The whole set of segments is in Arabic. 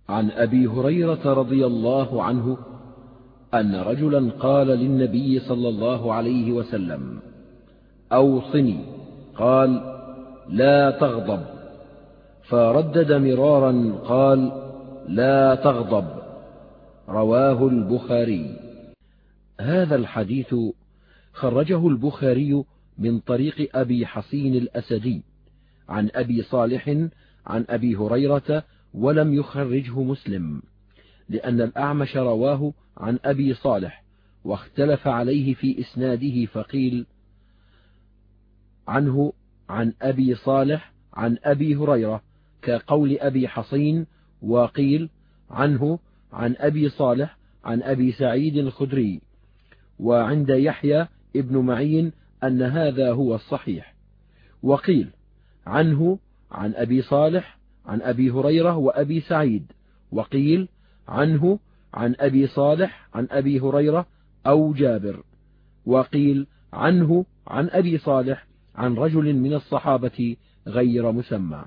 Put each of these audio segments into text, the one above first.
عن أبي هريرة رضي الله عنه أن رجلا قال للنبي صلى الله عليه وسلم: أوصني. قال: لا تغضب. فردد مرارا قال: لا تغضب. رواه البخاري. هذا الحديث خرجه البخاري من طريق أبي حصين الأسدي عن أبي صالح عن أبي هريرة، ولم يخرجه مسلم، لأن الأعمش رواه عن أبي صالح واختلف عليه في إسناده، فقيل عنه عن أبي صالح عن أبي هريرة كقول أبي حصين، وقيل عنه عن أبي صالح عن أبي سعيد الخدري. وعند يحيى ابن معين أن هذا هو الصحيح. وقيل عنه عن أبي صالح عن أبي هريرة وأبي سعيد، وقيل عنه عن أبي صالح عن أبي هريرة أو جابر، وقيل عنه عن أبي صالح عن رجل من الصحابة غير مسمى.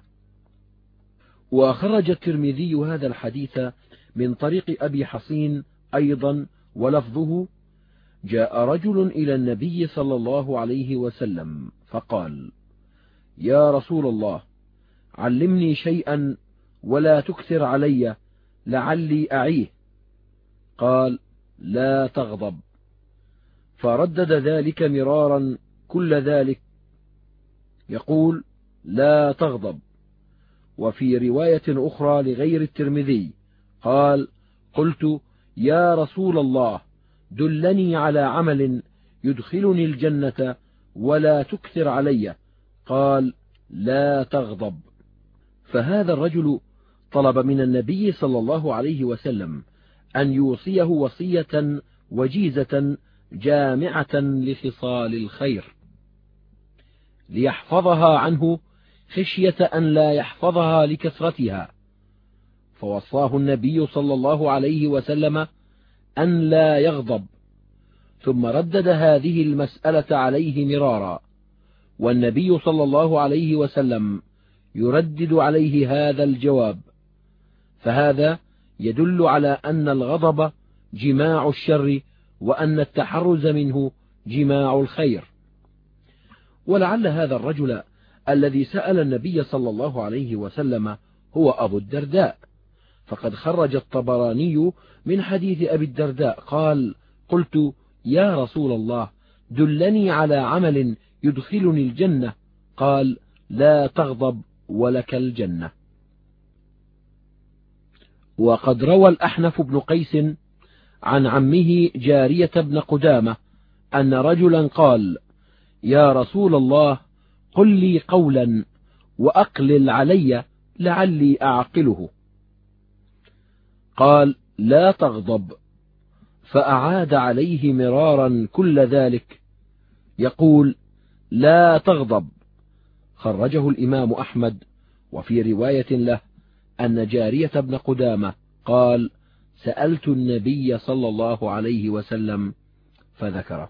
وخرج الترمذي هذا الحديث من طريق أبي حصين أيضا، ولفظه: جاء رجل إلى النبي صلى الله عليه وسلم فقال: يا رسول الله، علمني شيئا ولا تكثر علي لعلي أعيه. قال: لا تغضب. فردد ذلك مرارا، كل ذلك يقول: لا تغضب. وفي رواية أخرى لغير الترمذي قال: قلت: يا رسول الله، دلني على عمل يدخلني الجنة ولا تكثر علي. قال: لا تغضب. فهذا الرجل طلب من النبي صلى الله عليه وسلم أن يوصيه وصية وجيزة جامعة لخصال الخير ليحفظها عنه، خشية أن لا يحفظها لكثرتها، فوصاه النبي صلى الله عليه وسلم أن لا يغضب، ثم ردد هذه المسألة عليه مرارا، والنبي صلى الله عليه وسلم يردد عليه هذا الجواب. فهذا يدل على أن الغضب جماع الشر، وأن التحرز منه جماع الخير. ولعل هذا الرجل الذي سأل النبي صلى الله عليه وسلم هو أبو الدرداء، فقد خرج الطبراني من حديث أبي الدرداء قال: قلت: يا رسول الله، دلني على عمل يدخلني الجنة. قال: لا تغضب ولك الجنة. وقد روى الأحنف بن قيس عن عمه جارية بن قدامة أن رجلا قال: يا رسول الله، قل لي قولا وأقلل علي لعلي أعقله. قال: لا تغضب. فأعاد عليه مرارا كل ذلك يقول: لا تغضب. خرجه الإمام أحمد. وفي رواية له أن جارية بن قدامة قال: سألت النبي صلى الله عليه وسلم فذكره.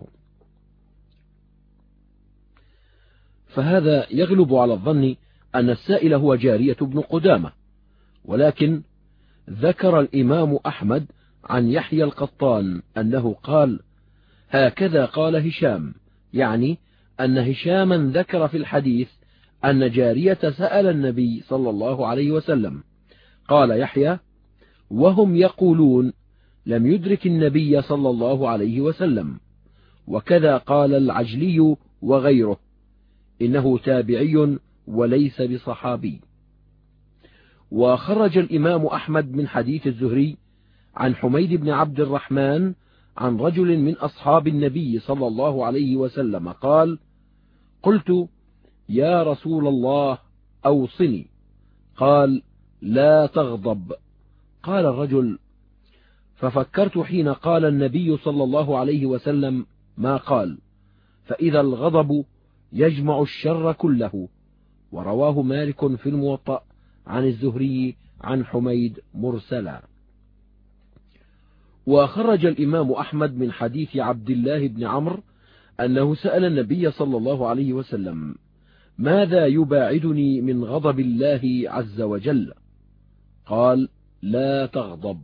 فهذا يغلب على الظن أن السائل هو جارية بن قدامة، ولكن ذكر الإمام أحمد عن يحيى القطان أنه قال: هكذا قال هشام، يعني أن هشاما ذكر في الحديث أن جارية سأل النبي صلى الله عليه وسلم. قال يحيى: وهم يقولون لم يدرك النبي صلى الله عليه وسلم. وكذا قال العجلي وغيره، إنه تابعي وليس بصحابي. وخرج الإمام أحمد من حديث الزهري عن حميد بن عبد الرحمن عن رجل من أصحاب النبي صلى الله عليه وسلم قال: قلت: يا رسول الله، أوصني. قال: لا تغضب. قال الرجل: ففكرت حين قال النبي صلى الله عليه وسلم ما قال، فإذا الغضب يجمع الشر كله. ورواه مالك في الموطأ عن الزهري عن حميد مرسلا. وخرج الإمام أحمد من حديث عبد الله بن عمرو أنه سأل النبي صلى الله عليه وسلم: ماذا يباعدني من غضب الله عز وجل؟ قال: لا تغضب.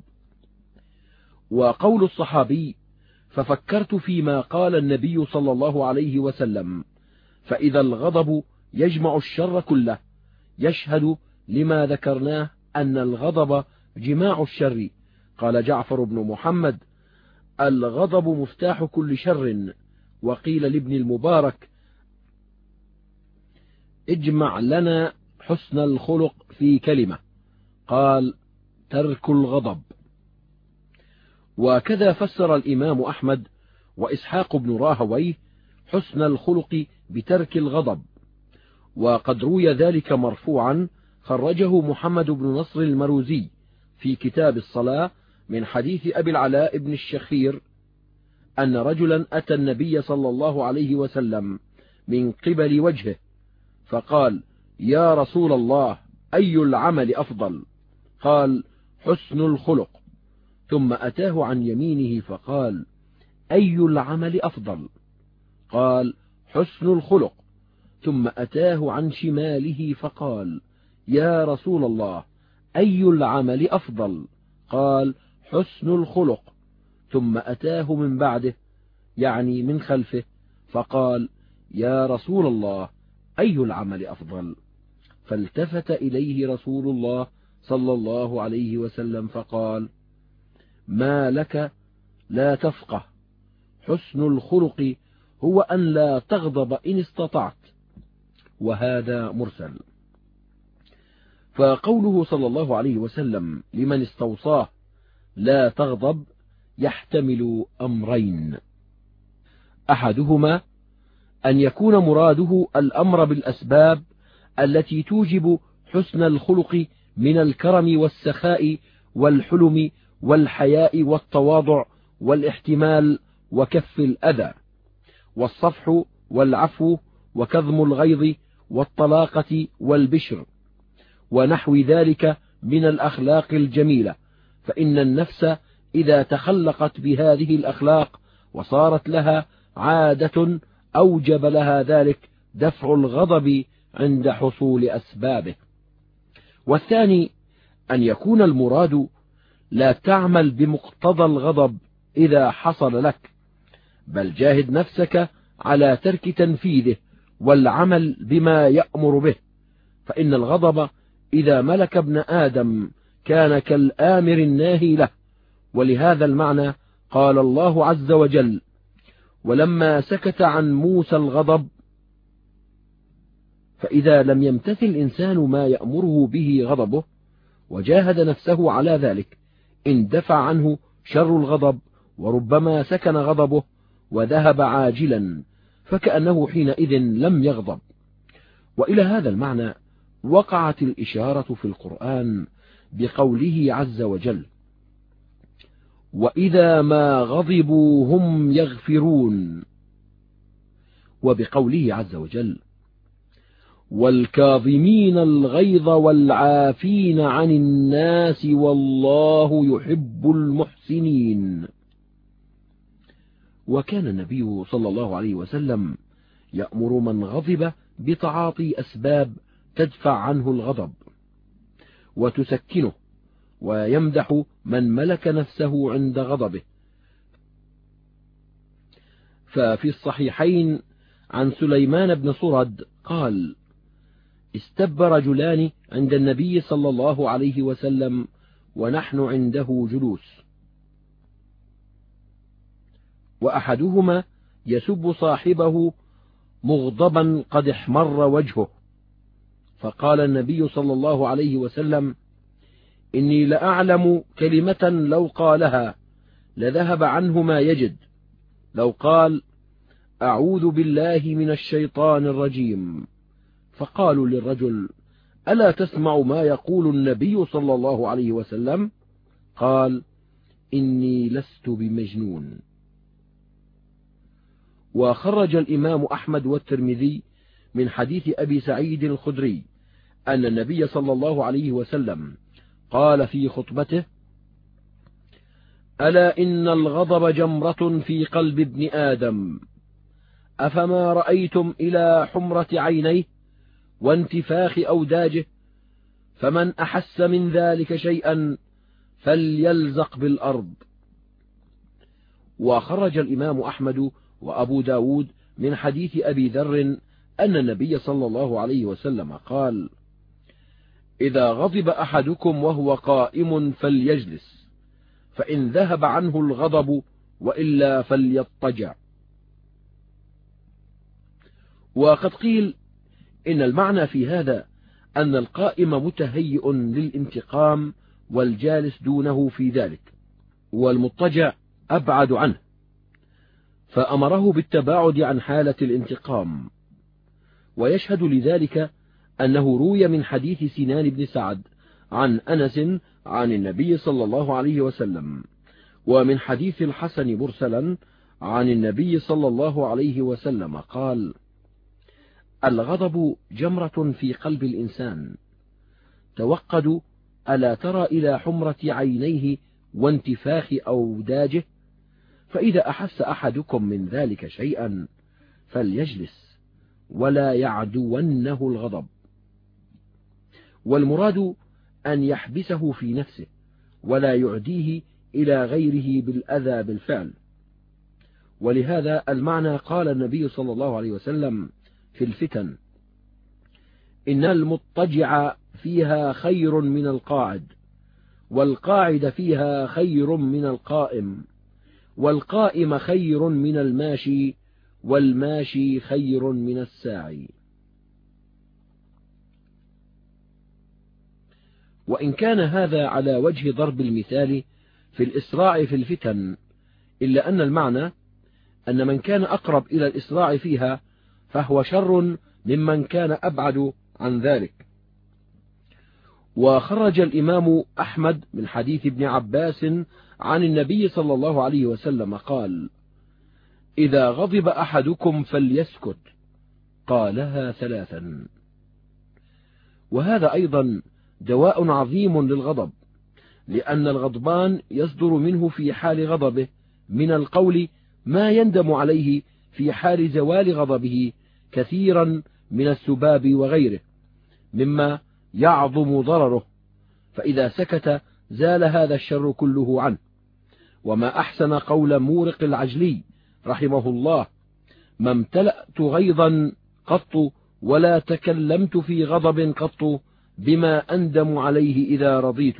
وقول الصحابي: ففكرت فيما قال النبي صلى الله عليه وسلم فإذا الغضب يجمع الشر كله، يشهد لما ذكرناه أن الغضب جماع الشر. قال جعفر بن محمد: الغضب مفتاح كل شر. وقيل لابن المبارك: اجمع لنا حسن الخلق في كلمة. قال: ترك الغضب. وكذا فسر الإمام أحمد وإسحاق بن راهويه حسن الخلق بترك الغضب. وقد روي ذلك مرفوعا، خرجه محمد بن نصر المروزي في كتاب الصلاة من حديث أبي العلاء بن الشخير أن رجلا أتى النبي صلى الله عليه وسلم من قبل وجهه فقال: يا رسول الله، أي العمل أفضل؟ قال: حسن الخلق. ثم أتاه عن يمينه فقال: أي العمل أفضل؟ قال: حسن الخلق. ثم أتاه عن شماله فقال: يا رسول الله، أي العمل أفضل؟ قال: حسن الخلق. ثم أتاه من بعده، يعني من خلفه، فقال: يا رسول الله، أي العمل أفضل؟ فالتفت إليه رسول الله صلى الله عليه وسلم فقال: ما لك لا تفقه؟ حسن الخلق هو أن لا تغضب إن استطعت. وهذا مرسل. فقوله صلى الله عليه وسلم لمن استوصاه لا تغضب يحتمل أمرين: أحدهما أن يكون مراده الأمر بالأسباب التي توجب حسن الخلق من الكرم والسخاء والحلم والحياء والتواضع والاحتمال وكف الأذى والصفح والعفو وكظم الغيظ والطلاقة والبشر ونحو ذلك من الأخلاق الجميلة، فإن النفس إذا تخلقت بهذه الأخلاق وصارت لها عادة أوجب لها ذلك دفع الغضب عند حصول أسبابه. والثاني أن يكون المراد لا تعمل بمقتضى الغضب إذا حصل لك، بل جاهد نفسك على ترك تنفيذه والعمل بما يأمر به، فإن الغضب إذا ملك ابن آدم كان كالآمر الناهي له. ولهذا المعنى قال الله عز وجل: ولما سكت عن موسى الغضب. فإذا لم يمتثل الإنسان ما يأمره به غضبه وجاهد نفسه على ذلك اندفع عنه شر الغضب، وربما سكن غضبه وذهب عاجلا، فكأنه حينئذ لم يغضب. وإلى هذا المعنى وقعت الإشارة في القرآن بقوله عز وجل: وإذا ما غضبوا هم يغفرون، وبقوله عز وجل: والكاظمين الغيظ والعافين عن الناس والله يحب المحسنين. وكان النبي صلى الله عليه وسلم يأمر من غضب بتعاطي أسباب تدفع عنه الغضب وتسكنه، ويمدح من ملك نفسه عند غضبه. ففي الصحيحين عن سليمان بن صرد قال: استب رجلان عند النبي صلى الله عليه وسلم ونحن عنده جلوس، وأحدهما يسب صاحبه مغضبا قد احمر وجهه، فقال النبي صلى الله عليه وسلم: إني لأعلم كلمة لو قالها لذهب عنه ما يجد، لو قال: أعوذ بالله من الشيطان الرجيم. فقالوا للرجل: ألا تسمع ما يقول النبي صلى الله عليه وسلم؟ قال: إني لست بمجنون. وخرج الإمام أحمد والترمذي من حديث أبي سعيد الخدري أن النبي صلى الله عليه وسلم قال في خطبته: ألا إن الغضب جمرة في قلب ابن آدم، أفما رأيتم إلى حمرة عينيه وانتفاخ أوداجه، فمن أحس من ذلك شيئا فليلزق بالأرض. وخرج الإمام أحمد وأبو داود من حديث أبي ذر أن النبي صلى الله عليه وسلم قال: إذا غضب أحدكم وهو قائم فليجلس، فإن ذهب عنه الغضب وإلا فليضطجع. وقد قيل إن المعنى في هذا أن القائم متهيئ للانتقام والجالس دونه في ذلك، والمضطجع أبعد عنه، فأمره بالتباعد عن حالة الانتقام. ويشهد لذلك أنه روي من حديث سنان بن سعد عن أنس عن النبي صلى الله عليه وسلم، ومن حديث الحسن مرسلا عن النبي صلى الله عليه وسلم قال: الغضب جمرة في قلب الإنسان، توقد ألا ترى إلى حمرة عينيه وانتفاخ أوداجه، فإذا أحس أحدكم من ذلك شيئا فليجلس ولا يعدونه الغضب. والمراد أن يحبسه في نفسه ولا يعديه إلى غيره بالأذى بالفعل. ولهذا المعنى قال النبي صلى الله عليه وسلم في الفتن: إن المضطجع فيها خير من القاعد، والقاعد فيها خير من القائم، والقائم خير من الماشي، والماشي خير من الساعي. وإن كان هذا على وجه ضرب المثال في الإسراع في الفتن، إلا أن المعنى أن من كان أقرب إلى الإسراع فيها فهو شر ممن كان أبعد عن ذلك. وخرج الإمام أحمد من حديث ابن عباس عن النبي صلى الله عليه وسلم قال: إذا غضب أحدكم فليسكت، قالها 3. وهذا أيضا دواء عظيم للغضب، لأن الغضبان يصدر منه في حال غضبه من القول ما يندم عليه في حال زوال غضبه، كثيرا من السباب وغيره مما يعظم ضرره، فإذا سكت زال هذا الشر كله عنه. وما أحسن قول مورق العجلي رحمه الله: ما امتلأت غيظا قط ولا تكلمت في غضب قط بما أندم عليه إذا رضيت.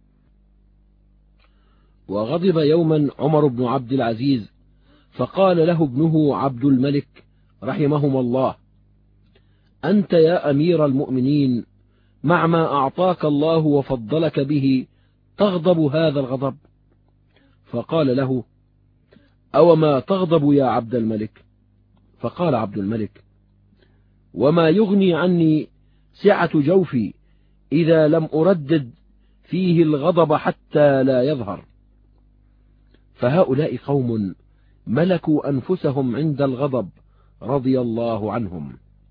وغضب يوما عمر بن عبد العزيز، فقال له ابنه عبد الملك رحمهما الله: أنت يا أمير المؤمنين مع ما أعطاك الله وفضلك به تغضب هذا الغضب؟ فقال له: أو ما تغضب يا عبد الملك؟ فقال عبد الملك: وما يغني عني سعة جوفي إذا لم أردد فيه الغضب حتى لا يظهر. فهؤلاء قوم ملكوا أنفسهم عند الغضب رضي الله عنهم.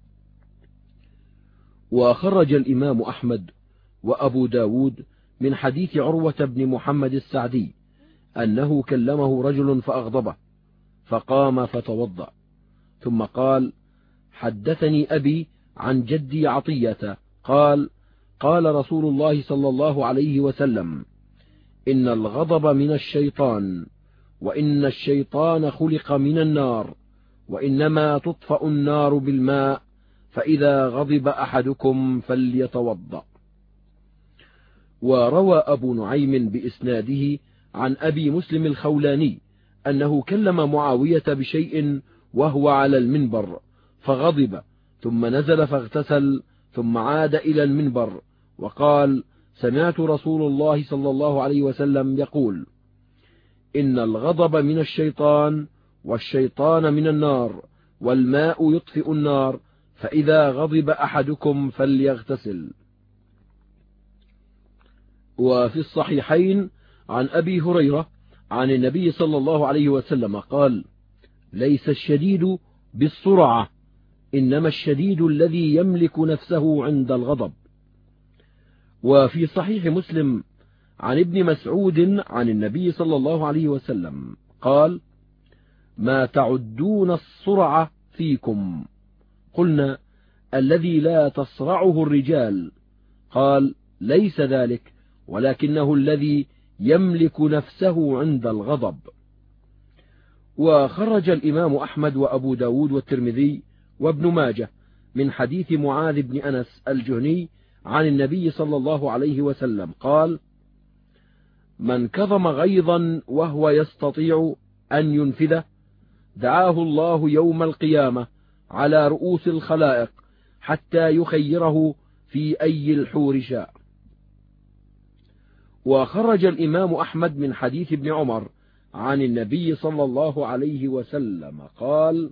وخرج الإمام أحمد وأبو داود من حديث عروة بن محمد السعدي أنه كلمه رجل فأغضبه، فقام فتوضأ، ثم قال: حدثني أبي عن جدي عطية قال: قال رسول الله صلى الله عليه وسلم: إن الغضب من الشيطان، وإن الشيطان خلق من النار، وإنما تطفأ النار بالماء، فإذا غضب أحدكم فليتوضأ. وروى أبو نعيم بإسناده عن أبي مسلم الخولاني أنه كلم معاوية بشيء وهو على المنبر فغضب، ثم نزل فاغتسل، ثم عاد إلى المنبر وقال: سمعت رسول الله صلى الله عليه وسلم يقول: إن الغضب من الشيطان، والشيطان من النار، والماء يطفئ النار، فإذا غضب أحدكم فليغتسل. وفي الصحيحين عن أبي هريرة عن النبي صلى الله عليه وسلم قال: ليس الشديد بالسرعة، إنما الشديد الذي يملك نفسه عند الغضب. وفي صحيح مسلم عن ابن مسعود عن النبي صلى الله عليه وسلم قال: ما تعدون السرعة فيكم؟ قلنا: الذي لا تصرعه الرجال. قال: ليس ذلك، ولكنه الذي يملك نفسه عند الغضب. وخرج الإمام أحمد وأبو داود والترمذي وابن ماجه من حديث معاذ بن أنس الجهني عن النبي صلى الله عليه وسلم قال: من كظم غيظا وهو يستطيع أن ينفذه دعاه الله يوم القيامة على رؤوس الخلائق حتى يخيره في أي الحور شاء. وخرج الإمام أحمد من حديث ابن عمر عن النبي صلى الله عليه وسلم قال: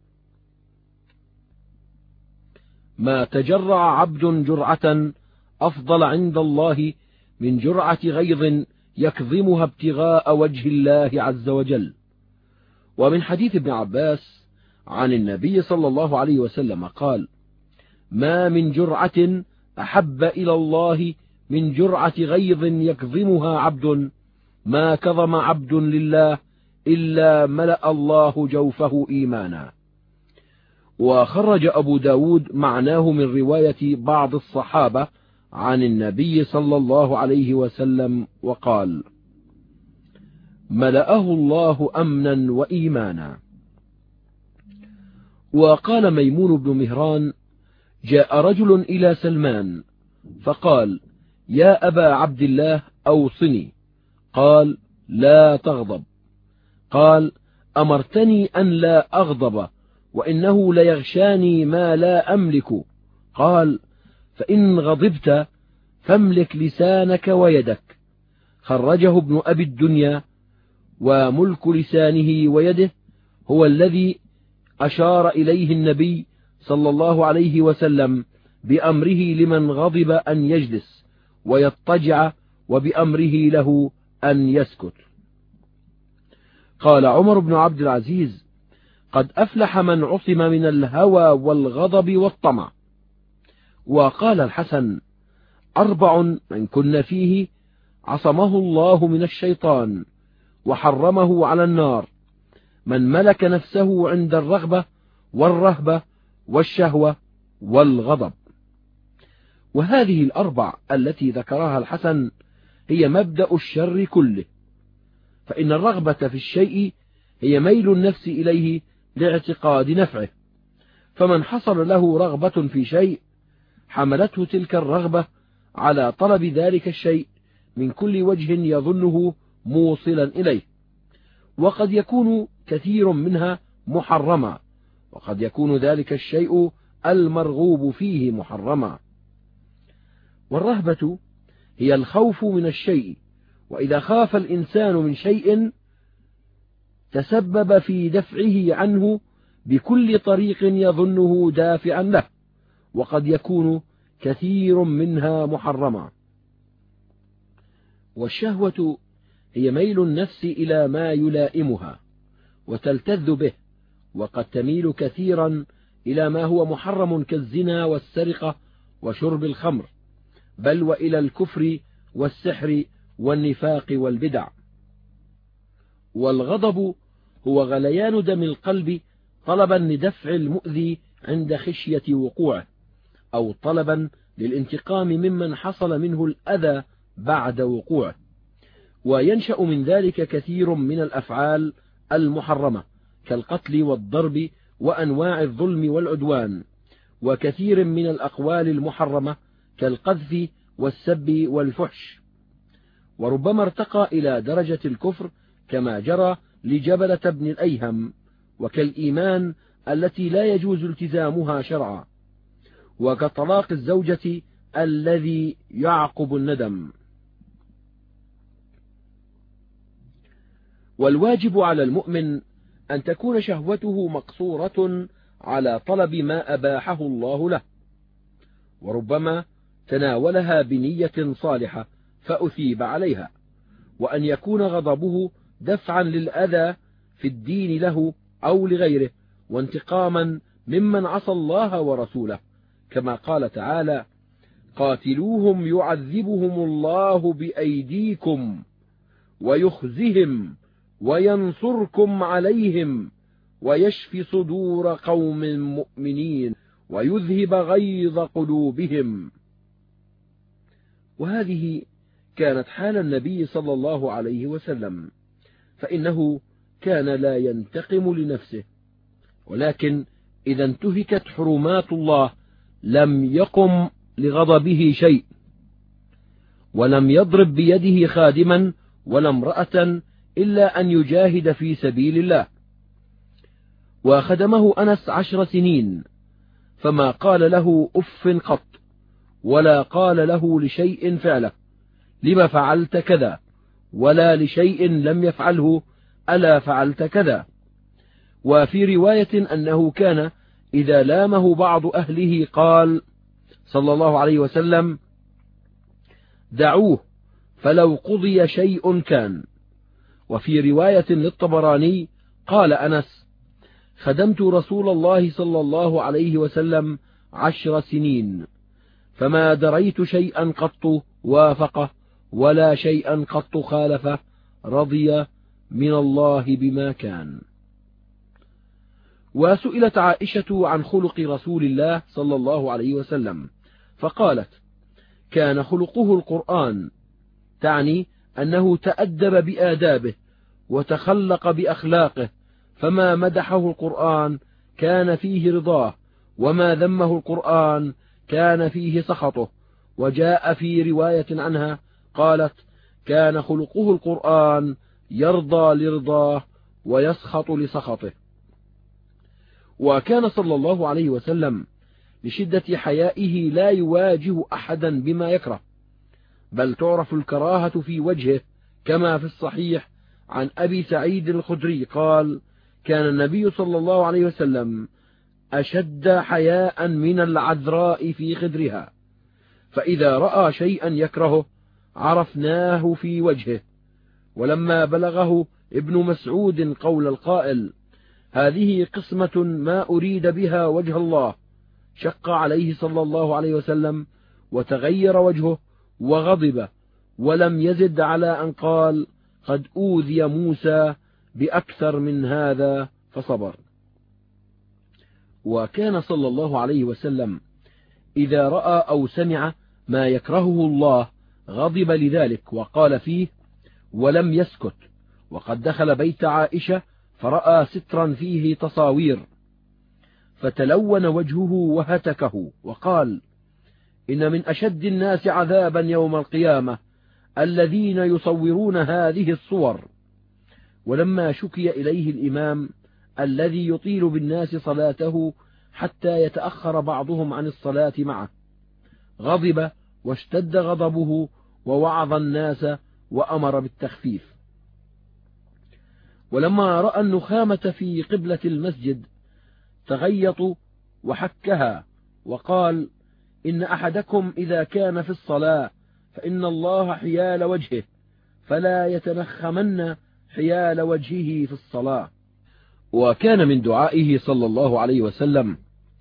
ما تجرع عبد جرعة أفضل عند الله من جرعة غيظ يكظمها ابتغاء وجه الله عز وجل. ومن حديث ابن عباس عن النبي صلى الله عليه وسلم قال: ما من جرعة أحب إلى الله من جرعة غيظ يكظمها عبد، ما كظم عبد لله إلا ملأ الله جوفه إيمانا. وخرج أبو داود معناه من رواية بعض الصحابة عن النبي صلى الله عليه وسلم وقال: ملأه الله أمنا وإيمانا. وقال ميمون بن مهران: جاء رجل إلى سلمان فقال: يا أبا عبد الله أوصني. قال: لا تغضب. قال: أمرتني أن لا أغضب وإنه ليغشاني ما لا أملك. قال: فإن غضبت فاملك لسانك ويدك. خرجه ابن أبي الدنيا. وملك لسانه ويده هو الذي أشار إليه النبي صلى الله عليه وسلم بأمره لمن غضب أن يجلس ويضطجع، وبأمره له أن يسكت. قال عمر بن عبد العزيز: قد أفلح من عصم من الهوى والغضب والطمع. وقال الحسن: 4 من كن فيه عصمه الله من الشيطان وحرمه على النار: من ملك نفسه عند الرغبة والرهبة والشهوة والغضب. وهذه ال4 التي ذكرها الحسن هي مبدأ الشر كله، فإن الرغبة في الشيء هي ميل النفس إليه لاعتقاد نفعه، فمن حصل له رغبة في شيء حملته تلك الرغبة على طلب ذلك الشيء من كل وجه يظنه موصلا إليه، وقد يكون كثير منها محرما، وقد يكون ذلك الشيء المرغوب فيه محرما. والرهبة هي الخوف من الشيء، وإذا خاف الإنسان من شيء تسبب في دفعه عنه بكل طريق يظنه دافعا له، وقد يكون كثير منها محرما. والشهوة هي ميل النفس إلى ما يلائمها وتلتذ به، وقد تميل كثيرا إلى ما هو محرم كالزنا والسرقة وشرب الخمر، بل وإلى الكفر والسحر والنفاق والبدع. والغضب هو غليان دم القلب طلبا لدفع المؤذي عند خشية وقوعه، أو طلبا للانتقام ممن حصل منه الأذى بعد وقوعه. وينشأ من ذلك كثير من الأفعال المحرمة كالقتل والضرب وأنواع الظلم والعدوان، وكثير من الأقوال المحرمة كالقذف والسب والفحش، وربما ارتقى إلى درجة الكفر كما جرى لجبلة بن الأيهم، وكالإيمان التي لا يجوز التزامها شرعا، وكطلاق الزوجة الذي يعقب الندم. والواجب على المؤمن أن تكون شهوته مقصورة على طلب ما أباحه الله له، وربما تناولها بنية صالحة فأثيب عليها، وأن يكون غضبه دفعا للأذى في الدين له أو لغيره، وانتقاما ممن عصى الله ورسوله، كما قال تعالى: قاتلوهم يعذبهم الله بأيديكم ويخزهم وينصركم عليهم ويشف صدور قوم مؤمنين ويذهب غيظ قلوبهم. وهذه كانت حال النبي صلى الله عليه وسلم، فإنه كان لا ينتقم لنفسه، ولكن إذا انتهكت حرمات الله لم يقم لغضبه شيء، ولم يضرب بيده خادما ولا امرأة إلا أن يجاهد في سبيل الله. وخدمه أنس 10 سنين، فما قال له أف قط، ولا قال له لشيء فعله لما فعلت كذا، ولا لشيء لم يفعله ألا فعلت كذا. وفي رواية أنه كان إذا لامه بعض أهله قال صلى الله عليه وسلم: دعوه فلو قضي شيء كان. وفي رواية للطبراني قال أنس: خدمت رسول الله صلى الله عليه وسلم 10 سنين، فما دريت شيئا قط وافقه ولا شيئا قط خالفه، رضي من الله بما كان. وسئلت عائشة عن خلق رسول الله صلى الله عليه وسلم، فقالت: كان خلقه القرآن، تعني أنه تأدب بآدابه وتخلق بأخلاقه، فما مدحه القرآن كان فيه رضاه، وما ذمه القرآن كان فيه سخطه. وجاء في رواية عنها قالت: كان خلقه القرآن، يرضى لرضاه ويسخط لسخطه. وكان صلى الله عليه وسلم لشدة حيائه لا يواجه أحدا بما يكره، بل تعرف الكراهة في وجهه، كما في الصحيح عن أبي سعيد الخدري قال: كان النبي صلى الله عليه وسلم أشد حياء من العذراء في خدرها، فإذا رأى شيئا يكرهه عرفناه في وجهه. ولما بلغه ابن مسعود قول القائل: هذه قسمة ما أريد بها وجه الله، شق عليه صلى الله عليه وسلم وتغير وجهه وغضب، ولم يزد على أن قال: قد أوذي موسى بأكثر من هذا فصبر. وكان صلى الله عليه وسلم إذا رأى أو سمع ما يكرهه الله غضب لذلك وقال فيه، ولم يسكت. وقد دخل بيت عائشة فرأى سترا فيه تصاوير، فتلون وجهه وهتكه وقال: إن من أشد الناس عذابا يوم القيامة الذين يصورون هذه الصور. ولما شكي إليه الإمام الذي يطيل بالناس صلاته حتى يتأخر بعضهم عن الصلاة معه، غضب واشتد غضبه ووعظ الناس وأمر بالتخفيف. ولما رأى النخامة في قبلة المسجد تغيط وحكها وقال: إن أحدكم إذا كان في الصلاة فإن الله حيال وجهه، فلا يتنخمن حيال وجهه في الصلاة. وكان من دعائه صلى الله عليه وسلم: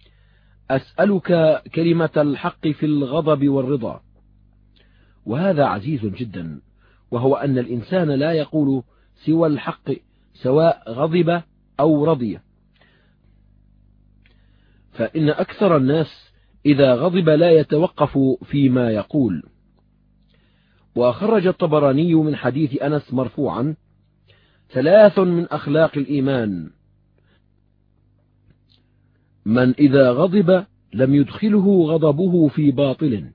أسألك كلمة الحق في الغضب والرضا. وهذا عزيز جدا، وهو أن الإنسان لا يقول سوى الحق سواء غضب أو رضي، فإن أكثر الناس إذا غضب لا يتوقف فيما يقول. وخرج الطبراني من حديث أنس مرفوعا: 3 من أخلاق الإيمان: من إذا غضب لم يدخله غضبه في باطل،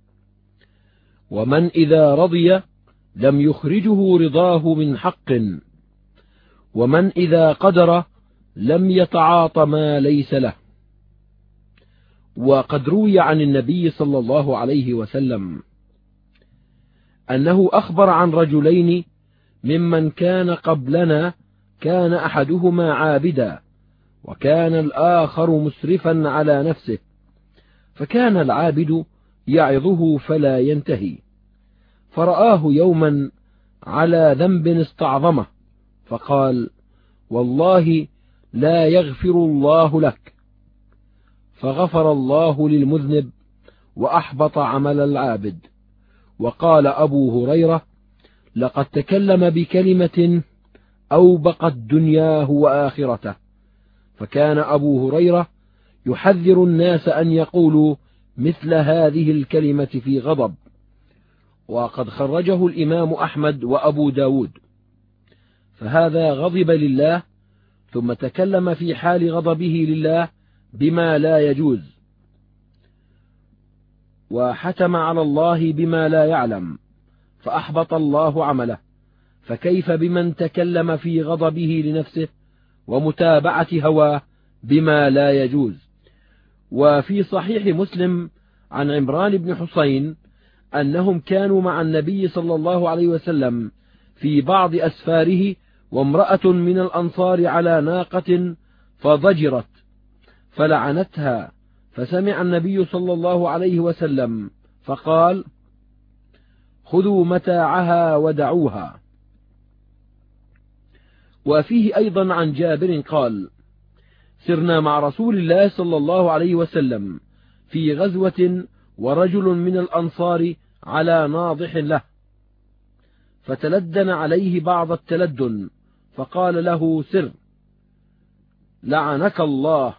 ومن إذا رضي لم يخرجه رضاه من حق، ومن إذا قدر لم يتعاط ما ليس له. وقد روي عن النبي صلى الله عليه وسلم أنه أخبر عن رجلين ممن كان قبلنا، كان أحدهما عابدا وكان الآخر مسرفا على نفسه، فكان العابد يعظه فلا ينتهي، فرآه يوما على ذنب استعظمه فقال: والله لا يغفر الله لك، فغفر الله للمذنب وأحبط عمل العابد. وقال أبو هريرة: لقد تكلم بكلمة أوبقت دنياه وآخرته. فكان أبو هريرة يحذر الناس أن يقولوا مثل هذه الكلمة في غضب. وقد خرجه الإمام أحمد وأبو داود. فهذا غضب لله ثم تكلم في حال غضبه لله بما لا يجوز، وحتم على الله بما لا يعلم، فأحبط الله عمله. فكيف بمن تكلم في غضبه لنفسه ومتابعة هواه بما لا يجوز؟ وفي صحيح مسلم عن عمران بن حسين أنهم كانوا مع النبي صلى الله عليه وسلم في بعض أسفاره، وامرأة من الأنصار على ناقة فضجرت فلعنتها، فسمع النبي صلى الله عليه وسلم فقال: خذوا متاعها ودعوها. وفيه أيضا عن جابر قال: سرنا مع رسول الله صلى الله عليه وسلم في غزوة ورجل من الأنصار على ناضح له، فتلدن عليه بعض التلدن، فقال له: سر، لعنك الله.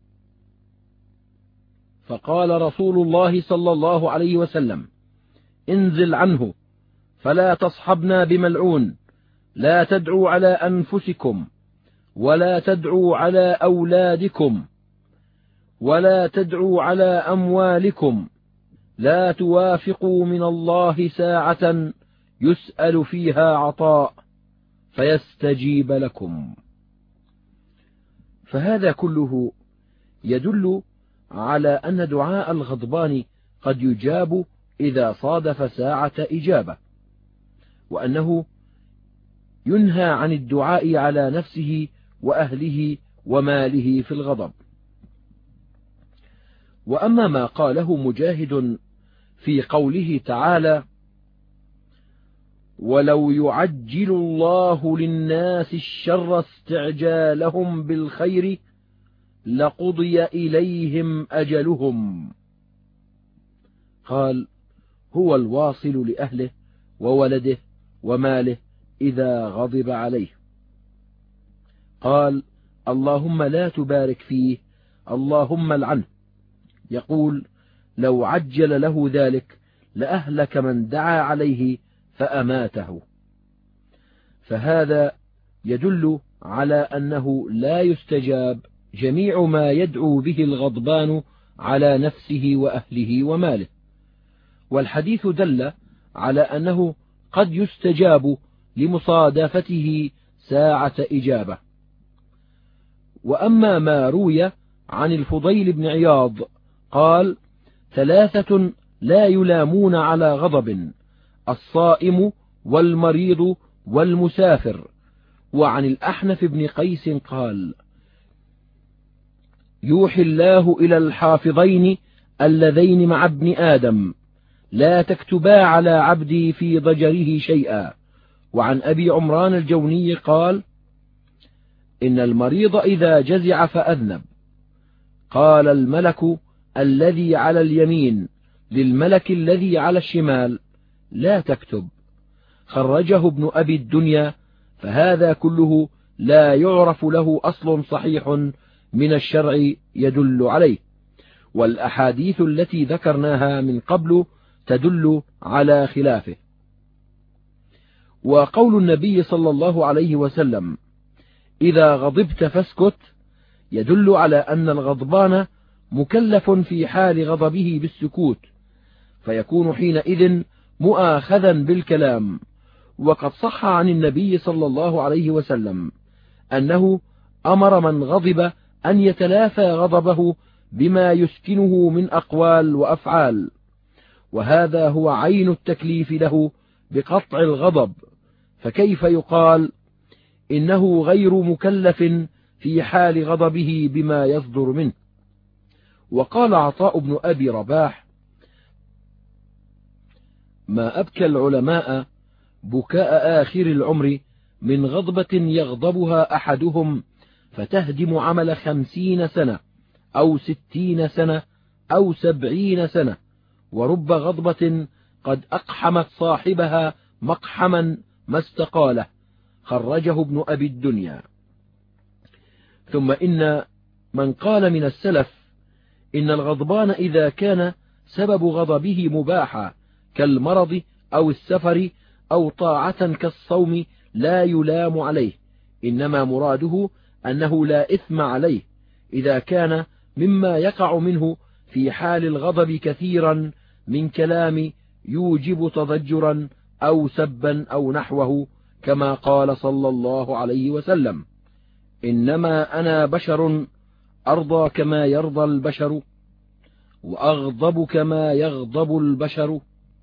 فقال رسول الله صلى الله عليه وسلم: انزل عنه فلا تصحبنا بملعون، لا تدعوا على أنفسكم ولا تدعوا على أولادكم ولا تدعوا على أموالكم، لا توافقوا من الله ساعة يسأل فيها عطاء فيستجيب لكم. فهذا كله يدل على أن دعاء الغضبان قد يجاب إذا صادف ساعة إجابة، وأنه ينهى عن الدعاء على نفسه وأهله وماله في الغضب. وأما ما قاله مجاهد في قوله تعالى: ولو يعجل الله للناس الشر استعجالهم بالخير لقضي إليهم أجلهم، قال: هو الواصل لأهله وولده وماله إذا غضب عليه. قال: اللهم لا تبارك فيه، اللهم العنه. يقول: لو عجل له ذلك لأهلك من دعا عليه فأماته. فهذا يدل على أنه لا يستجاب جميع ما يدعو به الغضبان على نفسه وأهله وماله. والحديث دل على أنه قد يستجاب لمصادفته ساعة إجابة. وأما ما روي عن الفضيل بن عياض قال: ثلاثة لا يلامون على غضب: الصائم والمريض والمسافر. وعن الأحنف بن قيس قال: يوحي الله إلى الحافظين اللذين مع ابن آدم: لا تكتبا على عبدي في ضجره شيئا. وعن أبي عمران الجوني قال: إن المريض إذا جزع فأذنب قال الملك الذي على اليمين للملك الذي على الشمال: لا تكتب. خرجه ابن أبي الدنيا. فهذا كله لا يعرف له أصل صحيح من الشرع يدل عليه، والأحاديث التي ذكرناها من قبل تدل على خلافه. وقول النبي صلى الله عليه وسلم: إذا غضبت فاسكت، يدل على أن الغضبان مكلف في حال غضبه بالسكوت، فيكون حينئذ مؤاخذا بالكلام. وقد صح عن النبي صلى الله عليه وسلم أنه أمر من غضب أن يتلافى غضبه بما يسكنه من أقوال وأفعال، وهذا هو عين التكليف له بقطع الغضب. فكيف يقال إنه غير مكلف في حال غضبه بما يصدر منه؟ وقال عطاء بن أبي رباح: ما أبكى العلماء بكاء آخر العمر من غضبة يغضبها أحدهم فتهدم عمل 50 سنة أو 60 سنة أو 70 سنة، ورب غضبة قد أقحمت صاحبها مقحما ما استقاله. خرجه ابن أبي الدنيا. ثم إن من قال من السلف إن الغضبان إذا كان سبب غضبه مباحا كالمرض أو السفر أو طاعة كالصوم لا يلام عليه، إنما مراده أنه لا إثم عليه إذا كان مما يقع منه في حال الغضب كثيرا من كلام يوجب تضجرا أو سبا أو نحوه، كما قال صلى الله عليه وسلم: إنما أنا بشر أرضى كما يرضى البشر وأغضب كما يغضب البشر،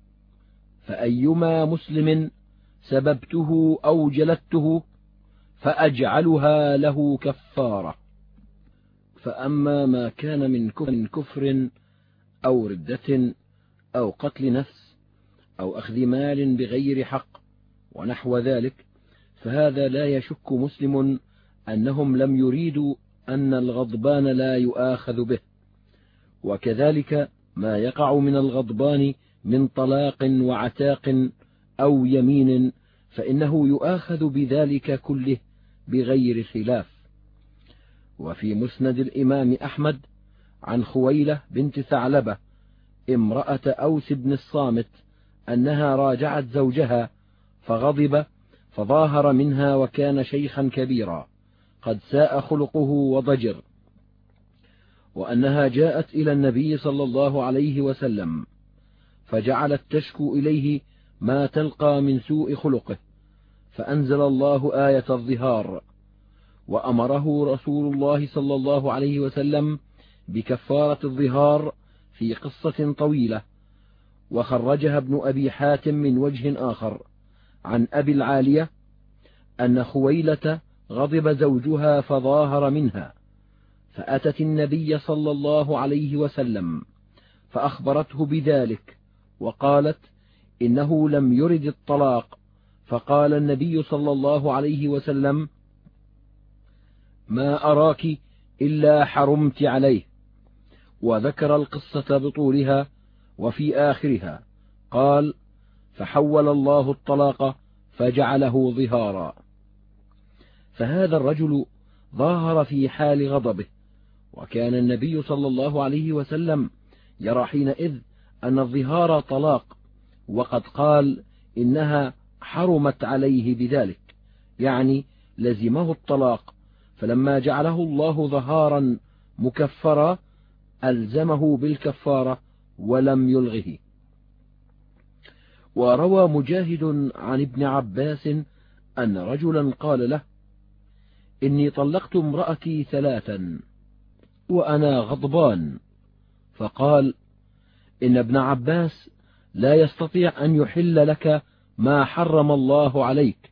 فأيما مسلم سببته أو جلدته فأجعلها له كفارة. فأما ما كان من كفر أو ردة أو قتل نفس أو أخذ مال بغير حق ونحو ذلك، فهذا لا يشك مسلم أنهم لم يريدوا أن الغضبان لا يؤاخذ به. وكذلك ما يقع من الغضبان من طلاق وعتاق أو يمين، فإنه يؤاخذ بذلك كله بغير خلاف. وفي مسند الإمام أحمد عن خويلة بنت ثعلبة امرأة أوس بن الصامت أنها راجعت زوجها فغضب فظاهر منها وكان شيخا كبيرا قد ساء خلقه وضجر، وأنها جاءت إلى النبي صلى الله عليه وسلم فجعلت تشكو إليه ما تلقى من سوء خلقه، فأنزل الله آية الظهار، وأمره رسول الله صلى الله عليه وسلم بكفارة الظهار في قصة طويلة، وخرجها ابن أبي حاتم من وجه آخر عن أبي العالية أن خويلة غضب زوجها فظاهر منها، فأتت النبي صلى الله عليه وسلم فأخبرته بذلك وقالت: إنه لم يرد الطلاق. فقال النبي صلى الله عليه وسلم: ما أراك إلا حرمت عليه، وذكر القصة بطولها، وفي آخرها قال: فحول الله الطلاق فجعله ظهارا. فهذا الرجل ظاهر في حال غضبه، وكان النبي صلى الله عليه وسلم يرى حينئذ أن الظهار طلاق، وقد قال إنها حرمت عليه بذلك، يعني لزمه الطلاق، فلما جعله الله ظهارا مكفرا ألزمه بالكفارة ولم يلغه. وروى مجاهد عن ابن عباس أن رجلا قال له: إني طلقت امرأتي 3 وأنا غضبان، فقال: إن ابن عباس لا يستطيع أن يحل لك ما حرم الله عليك،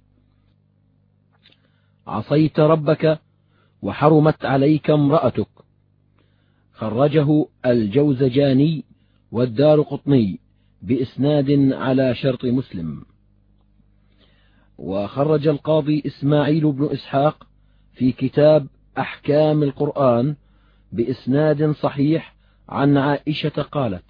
عصيت ربك وحرمت عليك امرأتك. خرجه الجوزجاني والدارقطني بإسناد على شرط مسلم. وخرج القاضي إسماعيل بن إسحاق في كتاب أحكام القرآن بإسناد صحيح عن عائشة قالت: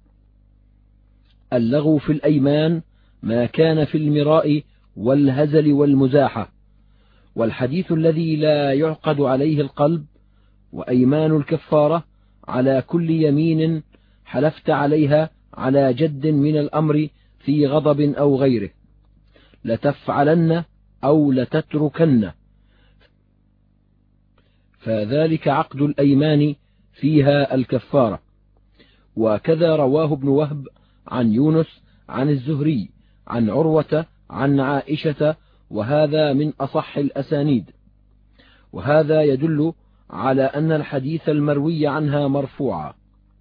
اللغو في الأيمان ما كان في المراء والهزل والمزاحة، والحديث الذي لا يعقد عليه القلب، وأيمان الكفارة على كل يمين حلفت عليها على جد من الأمر في غضب أو غيره، لتفعلن أو لتتركن، فذلك عقد الأيمان فيها الكفارة. وكذا رواه ابن وهب عن يونس عن الزهري عن عروة عن عائشة، وهذا من أصح الأسانيد. وهذا يدل على أن الحديث المروي عنها مرفوعا: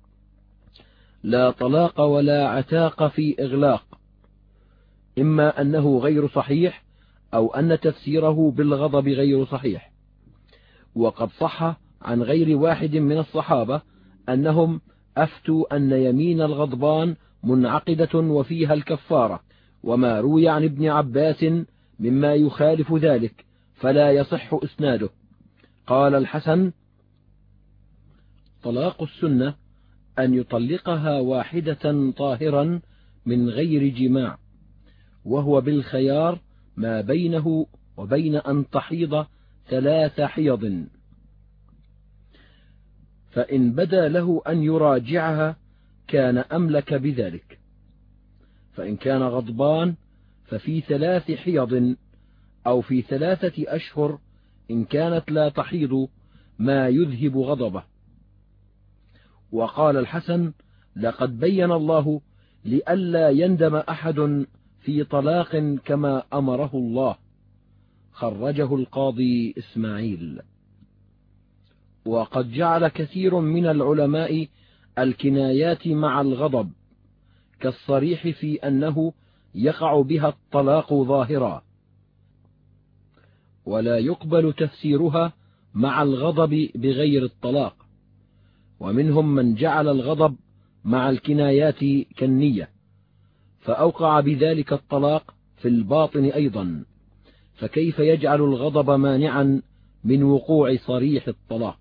لا طلاق ولا عتاق في إغلاق، إما أنه غير صحيح أو أن تفسيره بالغضب غير صحيح. وقد صح عن غير واحد من الصحابة أنهم أفتوا أن يمين الغضبان منعقدة وفيها الكفارة، وما روي عن ابن عباس مما يخالف ذلك فلا يصح إسناده. قال الحسن: طلاق السنة أن يطلقها واحدة طاهرا من غير جماع، وهو بالخيار ما بينه وبين أن تحيض 3 حيض، فإن بدا له أن يراجعها كان أملك بذلك. فإن كان غضبان ففي 3 حيض أو في 3 أشهر إن كانت لا تحيض ما يذهب غضبه. وقال الحسن: لقد بين الله لئلا يندم أحد في طلاق كما أمره الله. خرجه القاضي إسماعيل. وقد جعل كثير من العلماء الكنايات مع الغضب كالصريح في أنه يقع بها الطلاق ظاهرا، ولا يقبل تفسيرها مع الغضب بغير الطلاق. ومنهم من جعل الغضب مع الكنايات كالنية، فأوقع بذلك الطلاق في الباطن أيضا، فكيف يجعل الغضب مانعا من وقوع صريح الطلاق؟